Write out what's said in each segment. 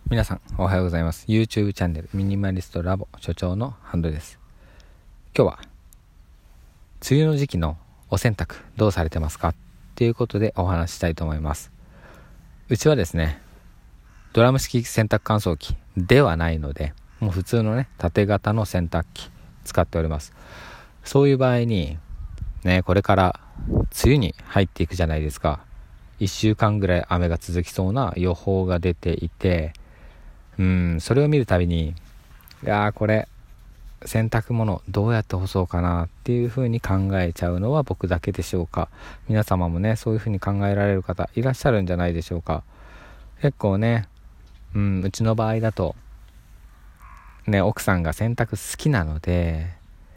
皆さんおはようございます。 YouTube チャンネルミニマリストラボ所長のハンドです。今日は梅雨の時期のお洗濯どうされてますかっていうことでお話ししたいと思います。うちはですね、ドラム式洗濯乾燥機ではないので、もう普通のね縦型の洗濯機使っております。そういう場合にね、これから梅雨に入っていくじゃないですか。1週間ぐらい雨が続きそうな予報が出ていて、それを見るたびに、これ洗濯物どうやって干そうかなっていう風に考えちゃうのは僕だけでしょうか。皆様もね、そういう風に考えられる方いらっしゃるんじゃないでしょうか。結構ね、うちの場合だとね、奥さんが洗濯好きなので、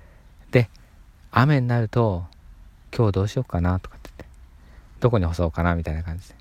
雨になると今日どうしようかなとかって言って、どこに干そうかなみたいな感じで、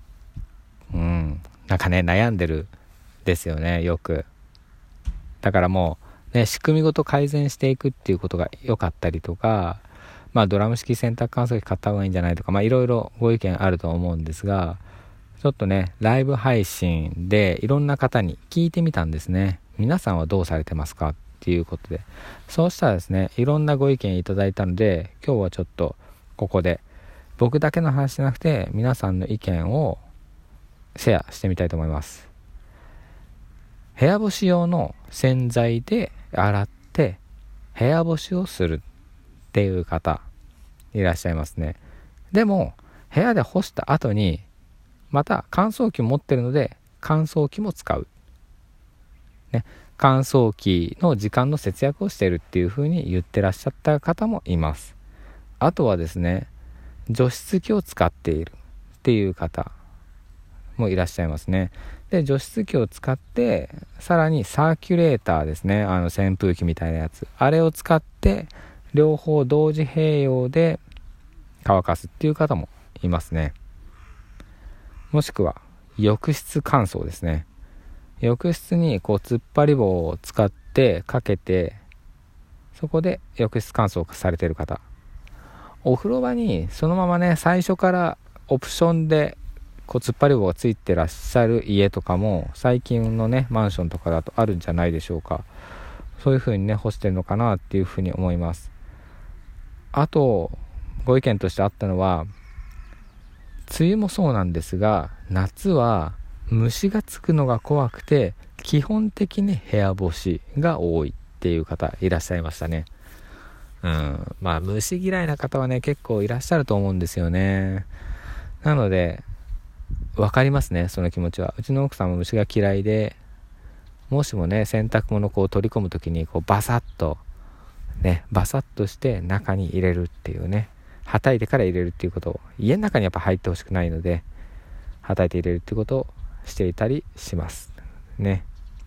なんかね悩んでるですよね、よく。だからもうね、仕組みごと改善していくっていうことが良かったりとか、ドラム式洗濯乾燥機買った方がいいんじゃないとか、いろいろご意見あると思うんですが、ちょっとねライブ配信でいろんな方に聞いてみたんですね。皆さんはどうされてますかっていうことで、そうしたらですね、いろんなご意見いただいたので、今日はちょっとここで僕だけの話じゃなくて皆さんの意見をシェアしてみたいと思います。部屋干し用の洗剤で洗って部屋干しをするっていう方いらっしゃいますね。でも部屋で干した後にまた乾燥機を持ってるので乾燥機も使う、乾燥機の時間の節約をしているっていう風に言ってらっしゃった方もいます。あとはですね、除湿機を使っているっていう方もいらっしゃいますね。で、除湿機を使ってさらにサーキュレーターですね、扇風機みたいなやつ、あれを使って両方同時併用で乾かすっていう方もいますね。もしくは浴室乾燥ですね。浴室に突っ張り棒を使ってかけて、そこで浴室乾燥されている方、お風呂場にそのままね最初からオプションで突っ張り棒がついてらっしゃる家とかも最近のねマンションとかだとあるんじゃないでしょうか。そういう風にね干してるのかなっていう風に思います。あとご意見としてあったのは、梅雨もそうなんですが、夏は虫がつくのが怖くて基本的に部屋干しが多いっていう方いらっしゃいましたね。虫嫌いな方はね結構いらっしゃると思うんですよね。なのでわかりますね、その気持ちは。うちの奥さんも虫が嫌いで、もしもね洗濯物を取り込むときにバサッとして中に入れるっていうね、はたいてから入れるっていうことを、家の中にやっぱ入ってほしくないのではたいて入れるっていうことをしていたりしますね。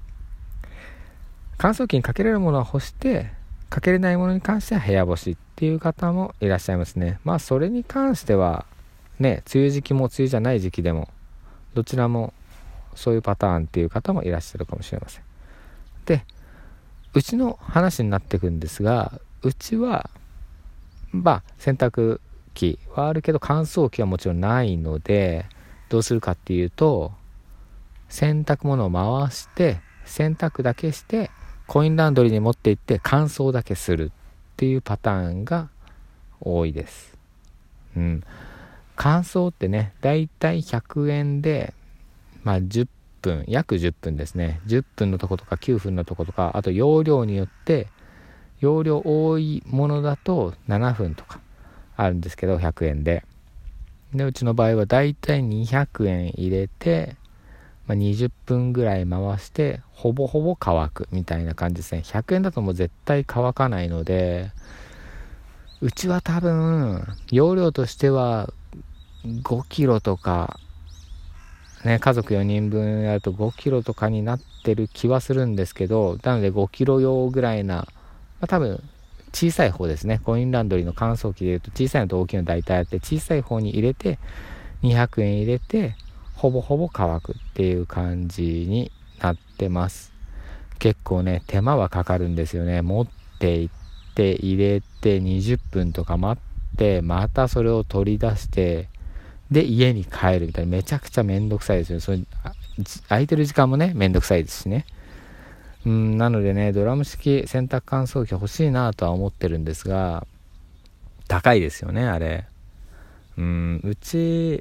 乾燥機にかけれるものは干して、かけれないものに関しては部屋干しっていう方もいらっしゃいますね。それに関してはね、梅雨時期も梅雨じゃない時期でもどちらもそういうパターンっていう方もいらっしゃるかもしれません。で、うちの話になっていくんですが、うちは洗濯機はあるけど乾燥機はもちろんないので、どうするかっていうと、洗濯物を回して洗濯だけしてコインランドリーに持って行って乾燥だけするっていうパターンが多いです。乾燥ってね、だいたい100円で10分、約10分ですね。10分のとことか9分のとことか、あと容量によって、容量多いものだと7分とかあるんですけど、100円で。うちの場合はだいたい200円入れて、20分ぐらい回してほぼほぼ乾くみたいな感じですね。100円だともう絶対乾かないので、うちは多分容量としては5キロとかね、家族4人分やると5キロとかになってる気はするんですけど、なので5キロ用ぐらいな、多分小さい方ですね。コインランドリーの乾燥機でいうと小さいのと大きいの大体あって、小さい方に入れて200円入れてほぼほぼ乾くっていう感じになってます。結構ね手間はかかるんですよね。持って行って入れて20分とか待って、またそれを取り出して、で家に帰るみたいな、めちゃくちゃめんどくさいですよ。それ空いてる時間もねめんどくさいですしね。なのでね、ドラム式洗濯乾燥機欲しいなとは思ってるんですが、高いですよねあれ。うち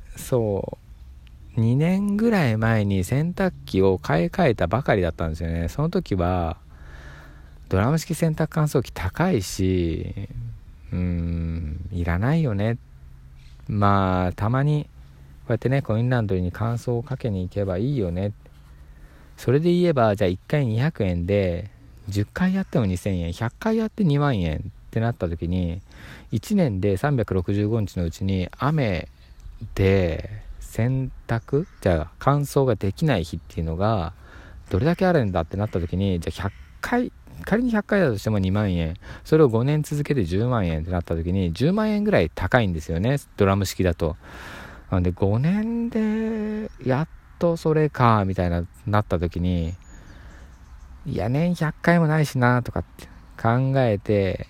2年ぐらい前に洗濯機を買い替えたばかりだったんですよね。その時はドラム式洗濯乾燥機高いし、いらないよね。まあたまにこうやってねコインランドリーに乾燥をかけに行けばいいよね。それで言えばじゃあ1回200円で10回やっても2000円、100回やって2万円ってなった時に、1年で365日のうちに雨で洗濯じゃあ乾燥ができない日っていうのがどれだけあるんだってなった時に、じゃあ100回、仮に100回だとしても2万円、それを5年続けて10万円ってなった時に10万円ぐらい高いんですよね、ドラム式だと。なんで5年でやっとそれかみたいなった時に、いや年100回もないしなとかって考えて、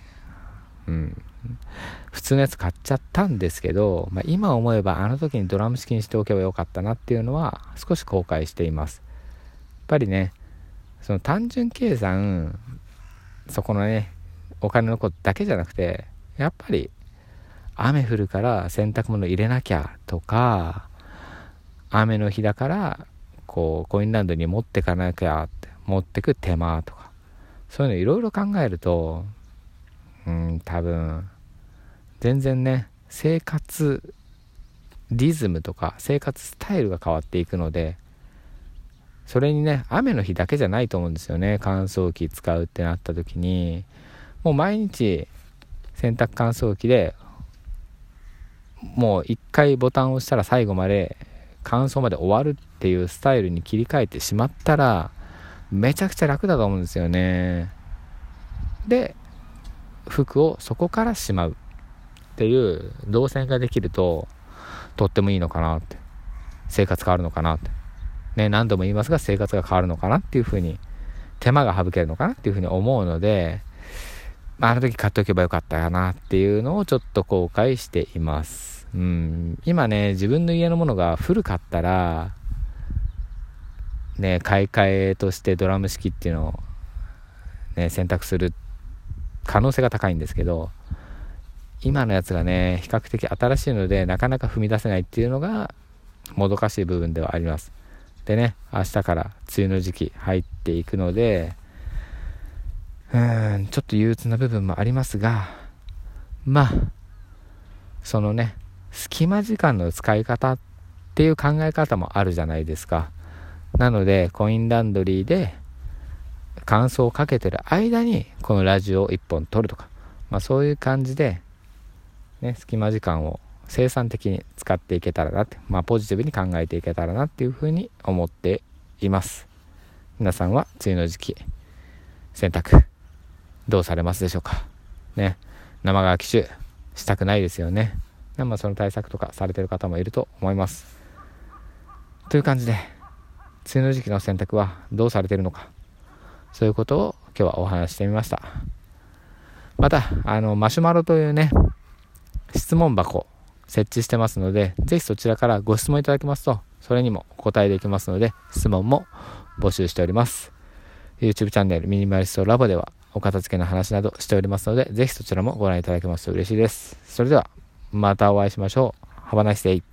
普通のやつ買っちゃったんですけど、今思えばあの時にドラム式にしておけばよかったなっていうのは少し後悔しています。やっぱりね、その単純計算、そこのねお金のことだけじゃなくて、やっぱり雨降るから洗濯物入れなきゃとか、雨の日だからこうコインランドリーに持ってかなきゃって持ってく手間とか、そういうのいろいろ考えると、多分全然ね生活リズムとか生活スタイルが変わっていくので、それにね雨の日だけじゃないと思うんですよね。乾燥機使うってなった時に、もう毎日洗濯乾燥機でもう一回ボタンを押したら最後まで乾燥まで終わるっていうスタイルに切り替えてしまったらめちゃくちゃ楽だと思うんですよね。で服をそこからしまうっていう動線ができるととってもいいのかなって、生活変わるのかなってね、何度も言いますが生活が変わるのかなっていうふうに、手間が省けるのかなっていうふうに思うので、あの時買っておけばよかったかなっていうのをちょっと後悔しています。今ね自分の家のものが古かったらね、買い替えとしてドラム式っていうのをね選択する可能性が高いんですけど、今のやつがね比較的新しいのでなかなか踏み出せないっていうのがもどかしい部分ではあります。でね、明日から梅雨の時期入っていくので、ちょっと憂鬱な部分もありますが、そのね隙間時間の使い方っていう考え方もあるじゃないですか。なのでコインランドリーで乾燥をかけてる間にこのラジオを1本撮るとか、そういう感じでね隙間時間を生産的に使っていけたらなって、ポジティブに考えていけたらなっていうふうに思っています。皆さんは梅雨の時期洗濯どうされますでしょうかね。生乾き臭したくないですよね。その対策とかされている方もいると思います。という感じで梅雨の時期の洗濯はどうされているのか、そういうことを今日はお話してみました。またマシュマロというね質問箱設置してますので、ぜひそちらからご質問いただけますとそれにもお答えできますので、質問も募集しております。 YouTube チャンネルミニマリストラボではお片付けの話などしておりますので、ぜひそちらもご覧いただけますと嬉しいです。それではまたお会いしましょう。Have a nice day.